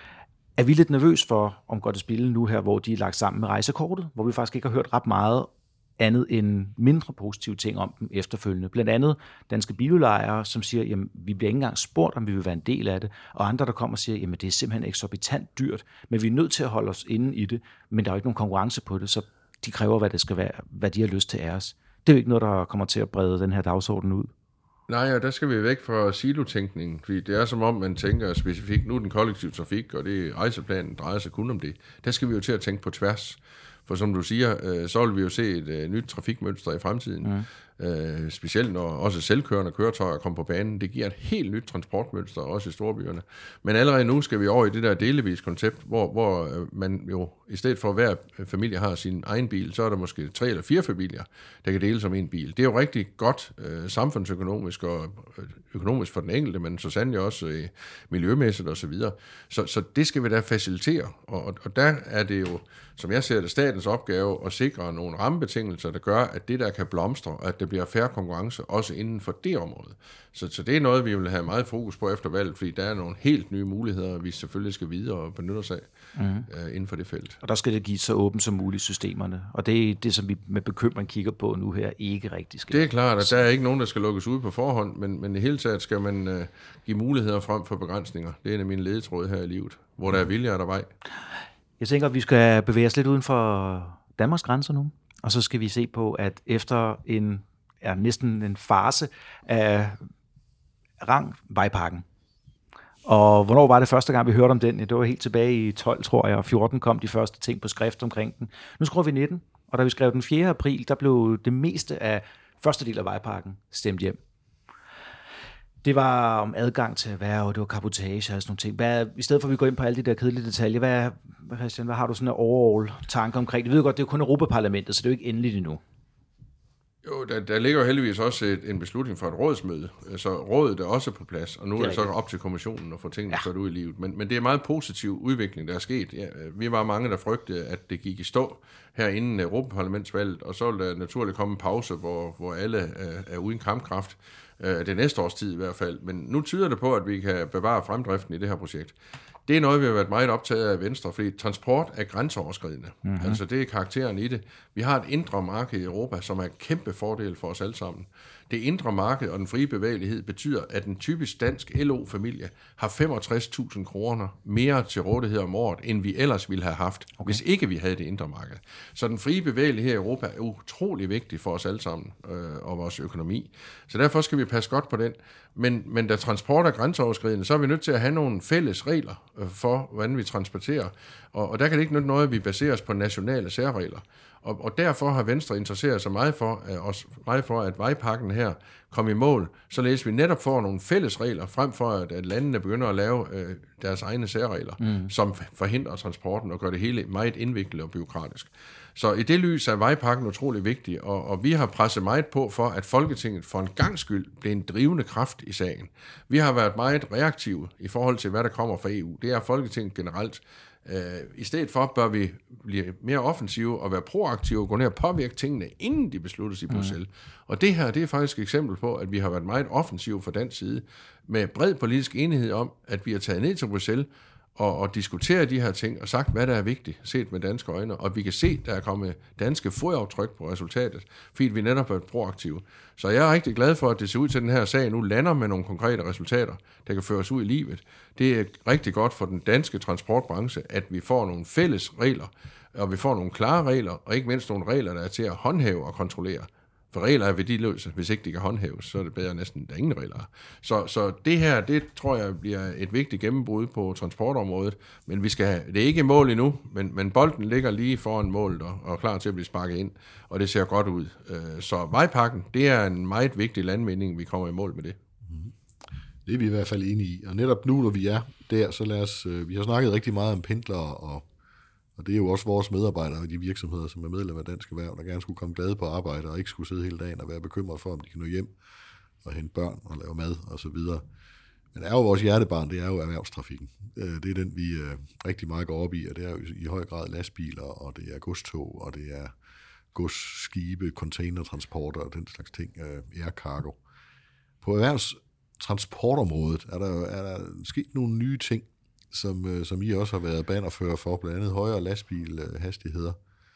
er vi lidt nervøs for, om går det spille nu her, hvor de er lagt sammen med rejsekortet, hvor vi faktisk ikke har hørt ret meget andet end mindre positive ting om dem efterfølgende. Blandt andet danske biludlejere, som siger, jamen, vi bliver ikke engang spurgt, om vi vil være en del af det, og andre, der kommer og siger, jamen, det er simpelthen eksorbitant dyrt, men vi er nødt til at holde os inde i det, men der er jo ikke nogen konkurrence på det, så de kræver, hvad det skal være, hvad de har lyst til af os. Det er jo ikke noget, der kommer til at brede den her dagsorden ud. Nej, og der skal vi væk fra silotænkningen, fordi det er som om, man tænker specifikt, nu er den kollektive trafik, og det rejseplanen drejer sig kun om det. Der skal vi jo til at tænke på tværs. For som du siger, så vil vi jo se et nyt trafikmønster i fremtiden. Ja. Øh, specielt når også selvkørende køretøjer kommer på banen. Det giver et helt nyt transportmønster, også i storbyerne. Men allerede nu skal vi over i det der delevis koncept, hvor, hvor man jo, i stedet for at hver familie har sin egen bil, så er der måske tre eller fire familier, der kan deles om en bil. Det er jo rigtig godt øh, samfundsøkonomisk og økonomisk for den enkelte, men så sandelig også øh, miljømæssigt osv. Så, videre. så Så det skal vi da facilitere. Og, og der er det jo, som jeg ser det, statens opgave at sikre nogle rammebetingelser, der gør, at det der kan blomstre, og at det bliver fair konkurrence, også inden for det område. Så, så det er noget, vi vil have meget fokus på efter valget, fordi der er nogle helt nye muligheder, vi selvfølgelig skal videre og benytte os af mm. uh, inden for det felt. Og der skal det give så åbent som muligt systemerne, og det er det, som vi med bekymring kigger på nu her, ikke rigtig skal. Det er klart, at der er ikke nogen, der skal lukkes ud på forhånd, men, men i hele taget skal man uh, give muligheder frem for begrænsninger. Det er en af mine ledetråde her i livet. Hvor der er vilje, er der vej. Jeg tænker, at vi skal bevæge os lidt uden for Danmarks grænser nu, og så skal vi se på, at efter en er næsten en farce af rang vejpakken. Og hvornår var det første gang, vi hørte om den? Det var helt tilbage i tolv, tror jeg, og fjorten kom de første ting på skrift omkring den. Nu skriver vi nitten, og da vi skrev den fjerde april, der blev det meste af første del af vejpakken stemt hjem. Det var om adgang til erhverv, det var cabotage og sådan nogle ting. Hvad, i stedet for at vi går ind på alle de der kedelige detaljer, hvad, Christian, hvad har du sådan en overall tanke omkring? Det ved jeg godt, det er jo kun Europaparlamentet, så det er jo ikke endeligt endnu. Jo, Jo, der, der ligger jo heldigvis også et, en beslutning fra et rådsmøde, så rådet er også på plads, og nu det er det så op til kommissionen at få tingene ja. ført ud i livet. Men, men det er en meget positiv udvikling, der er sket. Ja, vi var mange, der frygtede, at det gik i stå her inden Europaparlamentsvalget, og så vil der naturligt komme en pause, hvor, hvor alle er, er uden kampkraft. Det næste års tid i hvert fald. Men nu tyder det på, at vi kan bevare fremdriften i det her projekt. Det er noget, vi har været meget optaget af i Venstre, fordi transport er grænseoverskridende. Mm-hmm. Altså det er karakteren i det. Vi har et indre marked i Europa, som er en kæmpe fordel for os alle sammen. Det indre marked og den frie bevægelighed betyder, at en typisk dansk L O-familie har femogtres tusind kroner mere til rådighed om året, end vi ellers ville have haft, okay. hvis ikke vi havde det indre marked. Så den frie bevægelighed i Europa er utrolig vigtig for os alle sammen øh, og vores økonomi. Så derfor skal vi passe godt på den. Men, men da transport er grænseoverskridende, så er vi nødt til at have nogle fælles regler øh, for, hvordan vi transporterer. Og, og der kan det ikke nytte noget, at vi baserer os på nationale særregler. Og, og derfor har Venstre interesseret sig meget for, uh, også meget for, at vejpakken her kom i mål, således vi netop får nogle fælles regler, frem for at, at landene begynder at lave uh, deres egne særregler, mm. som forhindrer transporten og gør det hele meget indviklet og byråkratisk. Så i det lys er vejpakken utrolig vigtig, og, og vi har presset meget på for, at Folketinget for en gang skyld blev en drivende kraft i sagen. Vi har været meget reaktive i forhold til, hvad der kommer fra E U. Det er Folketinget generelt. Uh, I stedet for bør vi blive mere offensive og være proaktive og gå ned og påvirke tingene, inden de besluttes i Bruxelles. Mm. Og det her, det er faktisk et eksempel på, at vi har været meget offensive fra den side, med bred politisk enighed om, at vi har taget ned til Bruxelles og, og diskuteret de her ting og sagt, hvad der er vigtigt, set med danske øjne. Og vi kan se, der er kommet danske fodaftryk på resultatet, fordi vi netop har været proaktive. Så jeg er rigtig glad for, at det ser ud til, at den her sag nu lander med nogle konkrete resultater, der kan føres ud i livet. Det er rigtig godt for den danske transportbranche, at vi får nogle fælles regler, og vi får nogle klare regler, og ikke mindst nogle regler, der er til at håndhæve og kontrollere. For regler er værdiløse. Hvis ikke de kan håndhæves, så er det bedre næsten, der ingen regler er. Så, så det her, det tror jeg bliver et vigtigt gennembrud på transportområdet. Men vi skal have, det er ikke mål endnu, men, men bolden ligger lige foran målet og, og er klar til at blive sparket ind. Og det ser godt ud. Så vejpakken, det er en meget vigtig landvinding, vi kommer i mål med det. Det er vi i hvert fald enige i. Og netop nu, når vi er der, så lad os, vi har snakket rigtig meget om pendlere, og, og det er jo også vores medarbejdere i de virksomheder, som er medlem af Dansk Erhverv, der gerne skulle komme glade på arbejde, og ikke skulle sidde hele dagen og være bekymret for, om de kan nå hjem og hente børn og lave mad og så videre. Men det er jo vores hjertebarn, det er jo erhvervstrafikken. Det er den, vi rigtig meget går op i, og det er jo i høj grad lastbiler, og det er godstog, og det er godsskibe, containertransporter og den slags ting, air cargo. På erhvervs transportområdet er der, er der sket nogle nye ting, som, som I også har været bannerfører for, blandt andet højere lastbilhastigheder,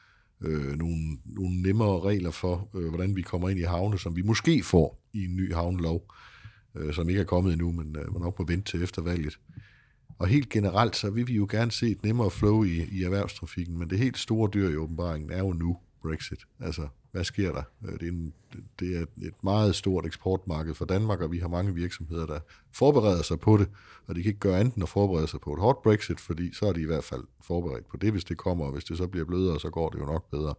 øh, nogle, nogle nemmere regler for, øh, hvordan vi kommer ind i havne, som vi måske får i en ny havnelov, øh, som ikke er kommet endnu, men øh, man nok må vente til efter valget. Og helt generelt, så vil vi jo gerne se et nemmere flow i, i erhvervstrafikken, men det helt store dyr i åbenbaringen er jo nu Brexit. Altså, hvad sker der? Det er, en, det er et meget stort eksportmarked for Danmark, og vi har mange virksomheder, der forbereder sig på det, og de kan ikke gøre andet end at forberede sig på et hårdt Brexit, fordi så er de i hvert fald forberedt på det, hvis det kommer, og hvis det så bliver blødere, så går det jo nok bedre.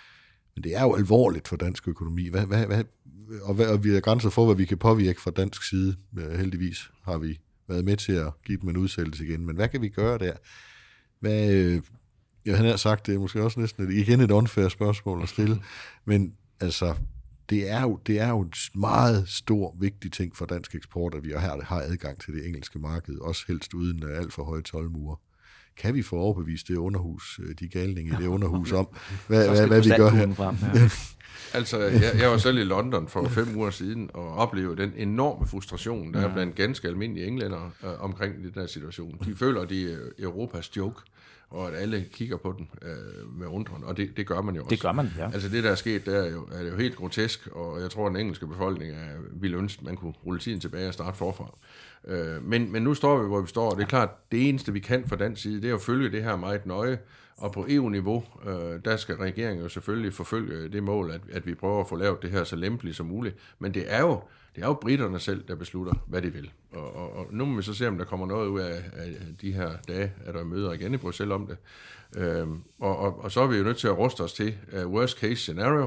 Men det er jo alvorligt for dansk økonomi, hvad, hvad, hvad, og, hvad, og vi har grænser for, hvad vi kan påvirke fra dansk side. Heldigvis har vi været med til at give dem en udsættelse igen, men hvad kan vi gøre der? Hvad... Jeg har sagt, det er måske også næsten et, igen et unfair spørgsmål at stille, men altså, det er jo, det er jo en meget stor, vigtig ting for dansk eksport, at vi her har adgang til det engelske marked, også helst uden alt for høje toldmure. Kan vi få overbevist det underhus, de galninge i det underhus om, hvad, hvad, hvad vi gør her? Frem, ja. Altså, jeg, jeg var selv i London for fem uger siden, og oplevede den enorme frustration, der er blandt ganske almindelige englændere øh, omkring den der situation. De føler, at de er Europas joke, og at alle kigger på den øh, med undren, og det, det gør man jo også. Det gør man, ja. Altså det, der er sket, der er jo, er jo helt grotesk, og jeg tror, at den engelske befolkning er, ville ønske, at man kunne rulle tiden tilbage og starte forfra. Øh, men, men nu står vi, hvor vi står, og det er klart, det eneste, vi kan fra den side, det er at følge det her meget nøje, og på E U-niveau, øh, der skal regeringen jo selvfølgelig forfølge det mål, at, at vi prøver at få lavet det her så lempeligt som muligt, men det er jo Det er jo britterne selv, der beslutter, hvad de vil. Og, og, og nu må vi så se, om der kommer noget ud af, af de her dage, at der møder igen i Bruxelles om det. Øhm, og, og, og så er vi jo nødt til at ruste os til uh, worst case scenario.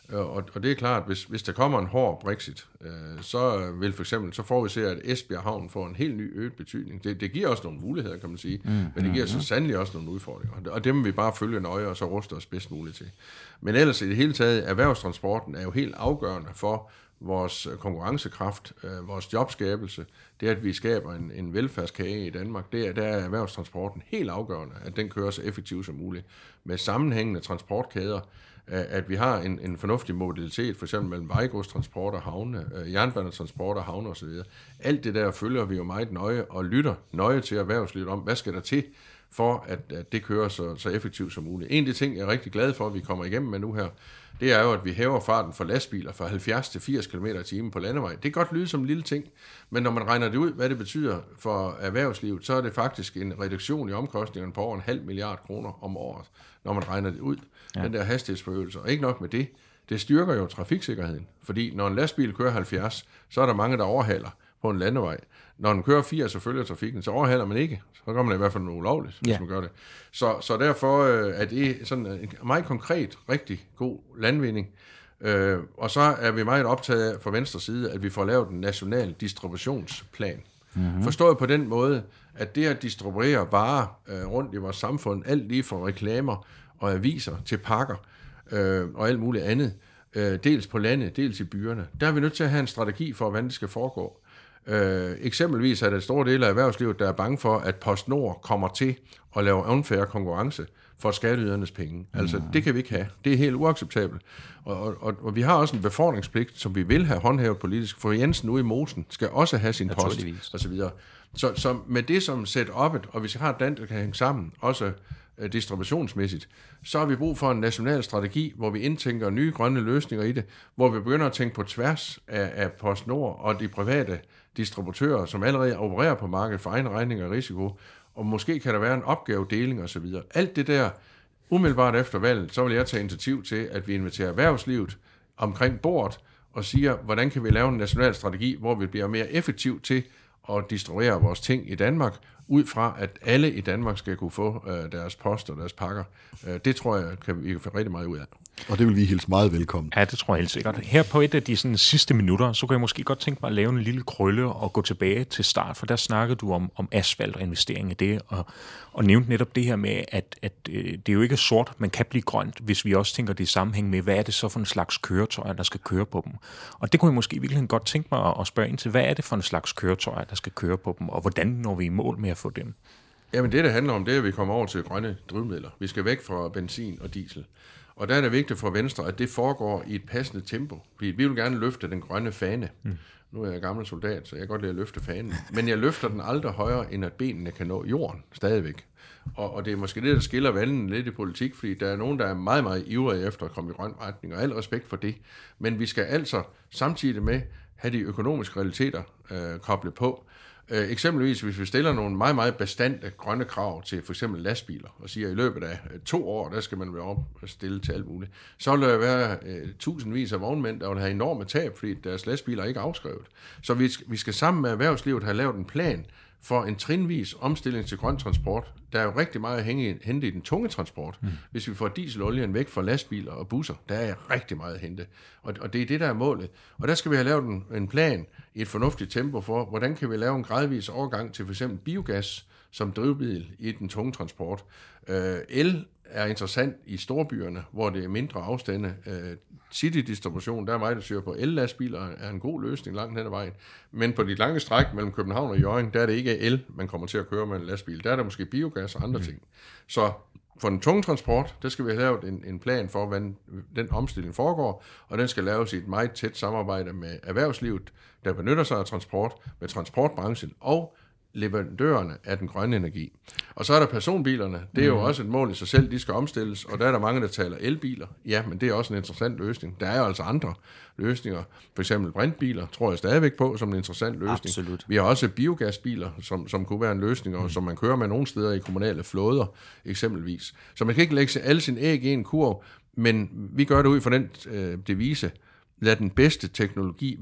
Og, og det er klart, hvis, hvis der kommer en hård Brexit, øh, så vil for eksempel, så får vi se, at Esbjerg Havn får en helt ny øget betydning. Det, det giver også nogle muligheder, kan man sige, mm, men det giver mm, så sandelig også nogle udfordringer. Og det må vi bare følge nøje, og så ruste os bedst muligt til. Men ellers i det hele taget, erhvervstransporten er jo helt afgørende for vores konkurrencekraft, øh, vores jobskabelse, det at vi skaber en, en velfærdskage i Danmark, det er, der er erhvervstransporten helt afgørende, at den kører så effektivt som muligt. Med sammenhængende transportkæder, at vi har en, en fornuftig mobilitet, for eksempel mellem vejgodstransport og havne, jernbanetransport og havne osv. Alt det der følger vi jo meget nøje og lytter nøje til erhvervslivet om, hvad skal der til, for at, at det kører så, så effektivt som muligt. En af de ting, jeg er rigtig glad for, at vi kommer igennem med nu her, det er jo, at vi hæver farten for lastbiler fra halvfjerds til firs kilometer i timen på landevej. Det kan godt lyde som en lille ting, men når man regner det ud, hvad det betyder for erhvervslivet, så er det faktisk en reduktion i omkostningerne på over en halv milliard kroner om året, når man regner det ud, ja. Den der hastighedsforøgelse. Og ikke nok med det, det styrker jo trafiksikkerheden, fordi når en lastbil kører halvfjerds, så er der mange, der overhaler på en landevej. Når den kører firs og følger trafikken, så overhaler man ikke. Så gør man i hvert fald noget ulovligt, hvis ja. man gør det. Så, så derfor er det sådan en meget konkret, rigtig god landvinding. Øh, og så er vi meget optaget af fra venstre side, at vi får lavet en national distributionsplan. Mm-hmm. Forstået på den måde, at det at distribuere varer øh, rundt i vores samfund, alt lige fra reklamer og aviser til pakker øh, og alt muligt andet, øh, dels på landet, dels i byerne, der er vi nødt til at have en strategi for, hvordan det skal foregå. Øh, eksempelvis er der store dele af erhvervslivet, der er bange for, at PostNord kommer til at lave unfair konkurrence for skatteydernes penge. Mm. Altså, det kan vi ikke have. Det er helt uacceptabelt. Og, og, og vi har også en befordringspligt, som vi vil have håndhævet politisk, for Jensen ude i Mosen skal også have sin post, og så videre. Så, så med det som setup'et, og hvis vi har et land, der kan hænge sammen, også uh, distributionsmæssigt, så har vi brug for en national strategi, hvor vi indtænker nye grønne løsninger i det, hvor vi begynder at tænke på tværs af, af PostNord og de private distributører, som allerede opererer på markedet for egen regning og risiko, og måske kan der være en opgavedeling osv. Alt det der, umiddelbart efter valget, så vil jeg tage initiativ til, at vi inviterer erhvervslivet omkring bordet og siger, hvordan kan vi lave en national strategi, hvor vi bliver mere effektivt til at distribuere vores ting i Danmark, ud fra, at alle i Danmark skal kunne få øh, deres post og deres pakker. Øh, det tror jeg, kan vi kan få rigtig meget ud af. Og det vil vi hilse meget velkommen. Ja, det tror jeg helt sikkert. Her på et af de sådan, sidste minutter, så kan jeg måske godt tænke mig at lave en lille krølle og gå tilbage til start, for der snakkede du om, om asfalt og investering i det, og, og nævnte netop det her med, at, at øh, det er jo ikke sort, man kan blive grønt, hvis vi også tænker det i sammenhæng med, hvad er det så for en slags køretøjer, der skal køre på dem. Og det kunne jeg måske virkelig godt tænke mig at spørge ind til, hvad er det for en slags køretøjer, der skal køre på dem, og hvordan når vi i mål med at få dem? Jamen det, det handler om, det er, at vi kommer over til grønne drivmidler. Vi skal væk fra benzin og diesel. Og der er det vigtigt for Venstre, at det foregår i et passende tempo. Fordi vi vil gerne løfte den grønne fane. Mm. Nu er jeg gammel soldat, så jeg kan godt lide at løfte fanen. Men jeg løfter den aldrig højere, end at benene kan nå jorden stadigvæk. Og, og det er måske det, der skiller vandene lidt i politik, fordi der er nogen, der er meget, meget ivrige efter at komme i grøn retning, og al respekt for det. Men vi skal altså samtidig med have de økonomiske realiteter øh, koblet på. Øh, eksempelvis, hvis vi stiller nogle meget, meget bastante grønne krav til for eksempel lastbiler, og siger, at i løbet af to år, der skal man være opstille til alt muligt, så vil der være øh, tusindvis af vognmænd, der vil have enorme tab, fordi deres lastbiler er ikke afskrevet. Så vi, vi skal sammen med erhvervslivet have lavet en plan for en trinvis omstilling til grøn transport. Der er jo rigtig meget at hænge, hente i den tunge transport. Mm. Hvis vi får dieselolien væk fra lastbiler og busser, der er rigtig meget at hente. Og, og det er det, der er målet. Og der skal vi have lavet en, en plan i et fornuftigt tempo for, hvordan kan vi lave en gradvis overgang til for eksempel biogas som drivmiddel i den tunge transport. Øh, el er interessant i storbyerne, hvor det er mindre afstande. Øh, City-distribution, der er meget, der søger på el-lastbiler, er en god løsning langt hen ad vejen. Men på de lange stræk mellem København og Hjørring, der er det ikke el, man kommer til at køre med en lastbil. Der er der måske biogas og andre mm. ting. Så for den tunge transport, der skal vi have lavet en, en plan for, hvordan den omstilling foregår, og den skal laves i et meget tæt samarbejde med erhvervslivet, der benytter sig af transport, med transportbranchen og leverandørerne af den grønne energi. Og så er der personbilerne. Det er jo mm. også et mål i sig selv, de skal omstilles, og der er der mange, der taler elbiler. Ja, men det er også en interessant løsning. Der er jo altså andre løsninger. For eksempel brintbiler, tror jeg stadigvæk på, som en interessant løsning. Absolut. Vi har også biogasbiler, som, som kunne være en løsning, og mm. som man kører med nogle steder i kommunale flåder, eksempelvis. Så man kan ikke lægge alle sine æg i en kurv, men vi gør det ud fra den øh, devise, lad den bedste teknologi vinde.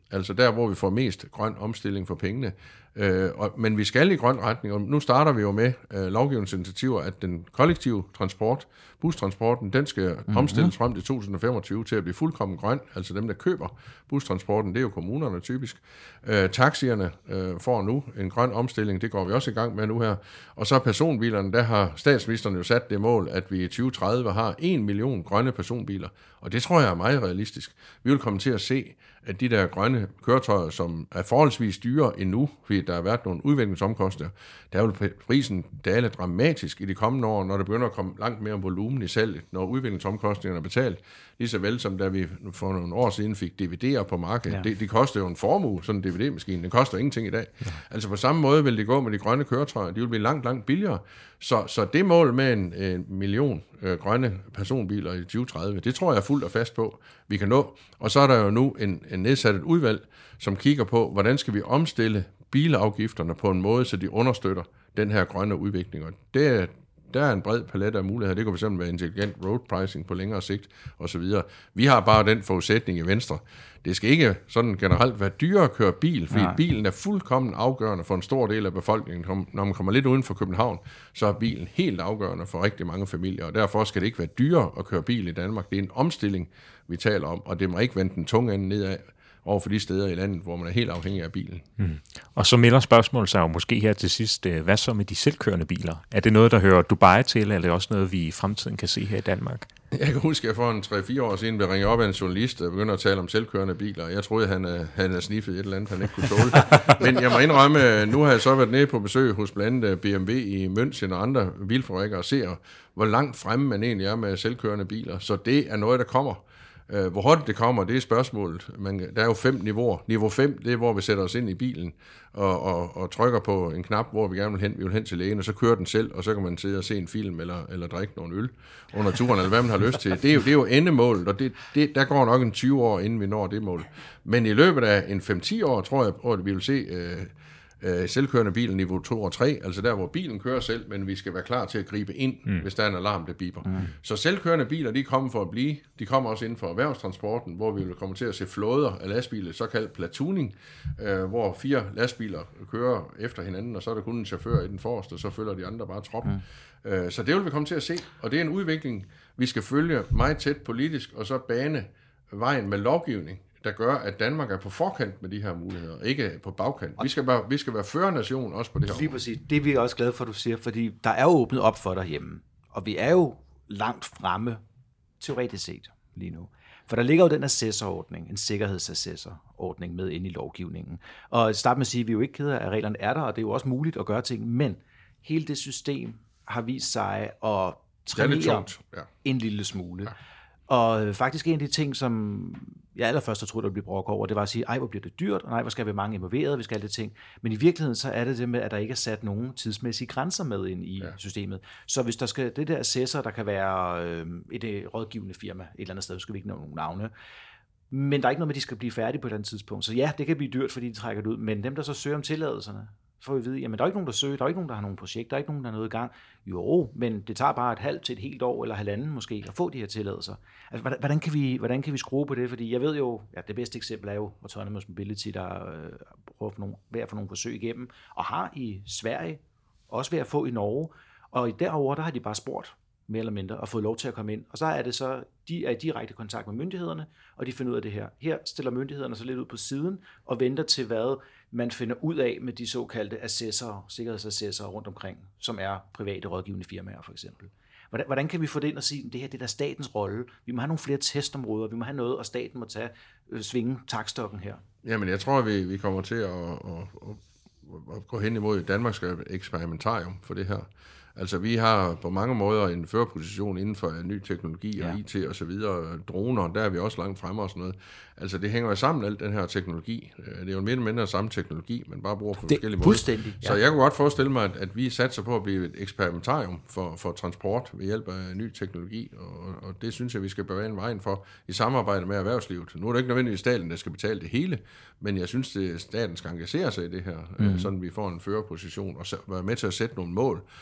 altså der, hvor vi får mest grøn omstilling for pengene. Øh, og, men vi skal i grøn retning, og nu starter vi jo med øh, lovgivningsinitiativer, at den kollektive transport, bustransporten, den skal mm-hmm. omstilles frem til to tusind og femogtyve til at blive fuldkommen grøn, altså dem, der køber bustransporten, det er jo kommunerne typisk. Øh, taxierne øh, får nu en grøn omstilling, det går vi også i gang med nu her. Og så personbilerne, der har statsministeren jo sat det mål, at vi i tyve tredive har en million grønne personbiler, og det tror jeg er meget realistisk. Vi vil komme til at se, at de der grønne køretøjer, som er forholdsvis dyre endnu, fordi der har været nogle udviklingsomkostninger, der vil prisen dale dramatisk i de kommende år, når der begynder at komme langt mere volumen i salget, når udviklingsomkostningerne er betalt, lige så vel som da vi for nogle år siden fik D V D'er på markedet. Ja. Det, det koster jo en formue, sådan en D V D-maskine. Det koster ingenting i dag. Ja. Altså på samme måde vil det gå med de grønne køretøjer. De vil blive langt, langt billigere. Så, så det mål med en, en million øh, grønne personbiler i tyve tredive, det tror jeg fuldt og fast på, vi kan nå. Og så er der jo nu en, en nedsat et udvalg, som kigger på, hvordan skal vi omstille bilafgifterne på en måde, så de understøtter den her grønne udvikling. Og det er Der er en bred palet af muligheder. Det kan fx være intelligent road pricing på længere sigt osv. Vi har bare den forudsætning i Venstre. Det skal ikke sådan generelt være dyrere at køre bil, fordi Nej. bilen er fuldkommen afgørende for en stor del af befolkningen. Når man kommer lidt uden for København, så er bilen helt afgørende for rigtig mange familier, og derfor skal det ikke være dyrere at køre bil i Danmark. Det er en omstilling, vi taler om, og det må ikke vende den tunge ende nedad over for de steder i landet, hvor man er helt afhængig af bilen. Mm. Og så melder spørgsmålet sig jo måske her til sidst, hvad så med de selvkørende biler? Er det noget, der hører Dubai til, eller er det også noget, vi i fremtiden kan se her i Danmark? Jeg kan huske, at jeg for en tre fire år siden blev ringet op af en journalist, der begyndte at tale om selvkørende biler. Jeg troede, at han havde uh, sniffet et eller andet, han ikke kunne tåle. Men jeg må indrømme, nu har jeg så været nede på besøg hos blandt andet B M W i München og andre bilfabrikker og ser, hvor langt fremme man egentlig er med selvkørende biler. Så det er noget, der kommer. Hvor hurtigt det kommer, det er spørgsmålet. Men der er jo fem niveauer. Niveau fem, det er, hvor vi sætter os ind i bilen og, og, og trykker på en knap, hvor vi gerne vil hen. Vi vil hen til lægen, og så kører den selv, og så kan man sidde og se en film eller, eller drikke nogle øl under turen, eller hvad man har lyst til. Det er jo, det er jo endemålet, og det, det, der går nok en tyve år, inden vi når det mål. Men i løbet af en fem til ti år, tror jeg, at vi vil se øh, øh, selvkørende bil niveau to og tre, altså der, hvor bilen kører selv, men vi skal være klar til at gribe ind, mm. hvis der er en alarm, der biber. Mm. Så selvkørende biler, de kommer for at blive. De kommer også inden for erhvervstransporten, hvor vi vil komme til at se flåder af lastbiler, såkaldt platooning, øh, hvor fire lastbiler kører efter hinanden, og så er der kun en chauffør i den forreste, og så følger de andre bare trop. Mm. Øh, så det vil vi komme til at se, og det er en udvikling, vi skal følge meget tæt politisk, og så bane vejen med lovgivning, der gør, at Danmark er på forkant med de her muligheder, ikke på bagkant. Vi skal være, vi skal være førernation også på det her område. Lige præcis. Det er vi også glade for, at du siger, fordi der er jo åbnet op for derhjemme, og vi er jo langt fremme, teoretisk set, lige nu. For der ligger jo den assessorordning, en sikkerhedsassessorordning med inde i lovgivningen. Og start med at sige, at vi er jo ikke kede af, at reglerne er der, og det er jo også muligt at gøre ting, men hele det system har vist sig at trænere ja. en lille smule. Ja. Og faktisk en af de ting, som jeg allerførst har troet, der bliver brok over, det var at sige, ej, hvor bliver det dyrt, og nej, hvor skal vi mange involveret, vi skal alle det ting. Men i virkeligheden, så er det det med, at der ikke er sat nogen tidsmæssige grænser med ind i ja. systemet. Så hvis der skal, det der assessor, der kan være øh, et, et rådgivende firma et eller andet sted, så skal vi ikke nævne nogen navne, men der er ikke noget med, at de skal blive færdige på et eller andet tidspunkt. Så ja, det kan blive dyrt, fordi de trækker det ud, men dem, der så søger om tilladelserne, får vi at vide, jamen der er ikke nogen, der søger, der er ikke nogen, der har nogen projekt, der er ikke nogen, der er noget i gang. Jo, men det tager bare et halvt til et helt år, eller halvanden måske, at få de her tilladelser. Altså, hvordan, hvordan, kan vi, hvordan kan vi skrue på det? Fordi jeg ved jo, ja, det bedste eksempel er jo Autonomous Mobility, der øh, prøver for nogle, ved at få nogle forsøg igennem, og har i Sverige, også ved at få i Norge, og derovre, der har de bare spurgt, mere eller mindre, og fået lov til at komme ind. Og så er det så, de er i direkte kontakt med myndighederne, og de finder ud af det her. Her stiller myndighederne så lidt ud på siden, og venter til, hvad man finder ud af med de såkaldte assessorer, sikkerhedsassessorer rundt omkring, som er private rådgivende firmaer for eksempel. Hvordan, hvordan kan vi få det ind og sige, at det her det er der statens rolle? Vi må have nogle flere testområder, vi må have noget, og staten må tage, øh, svinge takstokken her. Jamen, jeg tror, vi, vi kommer til at, at, at, at gå hen imod, at Danmark skal have et eksperimentarium for det her. Altså, vi har på mange måder en førerposition inden for ny teknologi og ja. I T og så videre. Droner, der er vi også langt fremme og sådan noget. Altså, det hænger jo sammen, alt den her teknologi. Det er jo mere eller mindre samme teknologi, men bare bruger på det, forskellige måder. Ja. Så jeg kunne godt forestille mig, at, at vi satser på at blive et eksperimentarium for, for transport ved hjælp af ny teknologi, og, og det synes jeg, vi skal bevæge vejen for i samarbejde med erhvervslivet. Nu er det ikke nødvendigvis staten, der skal betale det hele, men jeg synes, at staten skal engagere sig i det her, mm. sådan vi får en førerposition og være med til at sætte nogle mål. Også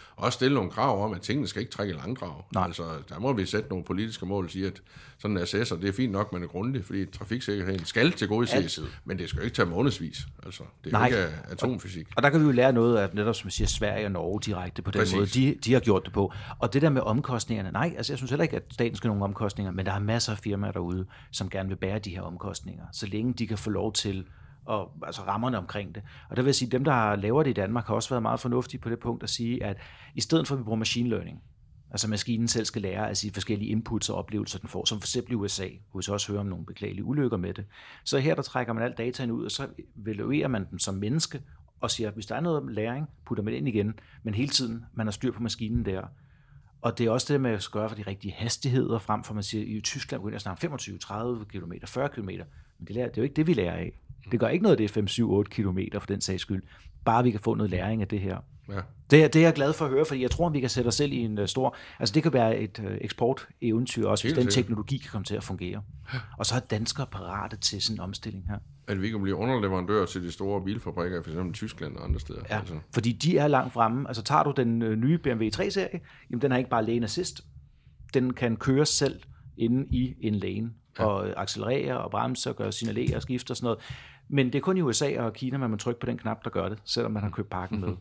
stille nogle krav om, at tingene skal ikke trække i langdrag. Nej. Altså, der må vi sætte nogle politiske mål og sige, at sådan en assessor, det er fint nok, man er grundig, fordi trafiksikkerheden skal til gode ses, men det skal jo ikke tage månedsvis. Altså, det er Nej. jo ikke atomfysik. Og der kan vi jo lære noget af, netop som jeg siger, Sverige og Norge direkte på den Præcis. måde. De, de har gjort det på. Og det der med omkostningerne, nej, altså jeg synes heller ikke, at staten skal have nogle omkostninger, men der er masser af firmaer derude, som gerne vil bære de her omkostninger, så længe de kan få lov til og altså rammerne omkring det. Og der vil jeg sige, at dem, der laver det i Danmark, har også været meget fornuftige på det punkt at sige, at i stedet for, at vi bruger machine learning, altså maskinen selv skal lære af sige forskellige inputs og oplevelser, den får, som for eksempel i U S A, hvor vi så også hører om nogle beklagelige ulykker med det. Så her, der trækker man alt dataen ud, og så evaluerer man dem som menneske, og siger, at hvis der er noget læring, putter man ind igen, men hele tiden, man har styr på maskinen der. Og det er også det, man skal gøre for de rigtige hastigheder, frem for man siger, i Tyskland begynder at snakke femogtyve, tredive kilometer, fyrre kilometer, men det, lærer, det er jo ikke det, vi lærer af. Det gør ikke noget, det er fem, syv, otte kilometer for den sags skyld. Bare vi kan få noget læring af det her. Ja. Det, det er jeg glad for at høre, fordi jeg tror, at vi kan sætte os selv i en uh, stor... Altså det kan være et uh, eksporteventyr også, hvis den teknologi kan komme til at fungere. Og så er danskere parate til sådan en omstilling her. At vi kan blive underleverandører til de store bilfabrikker, for eksempel Tyskland og andre steder. Ja, altså. Fordi de er langt fremme. Altså tager du den uh, nye B M W tre serie, jamen den har ikke bare lane assist. Den kan køre selv inde i en lane. Ja. Og accelerere og bremse og gøre signalere og skifte og sådan noget. Men det er kun i U S A og Kina, man må trykke på den knap, der gør det, selvom man har købt pakken med.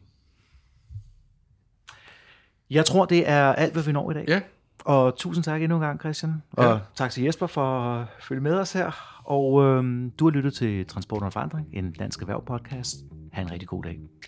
Jeg tror, det er alt, hvad vi når i dag. Ja. Og tusind tak endnu en gang, Christian. Og ja. Tak til Jesper for at følge med os her. Og øhm, du har lyttet til Transport og Forandring, en dansk erhverv podcast. Ha' en rigtig god dag.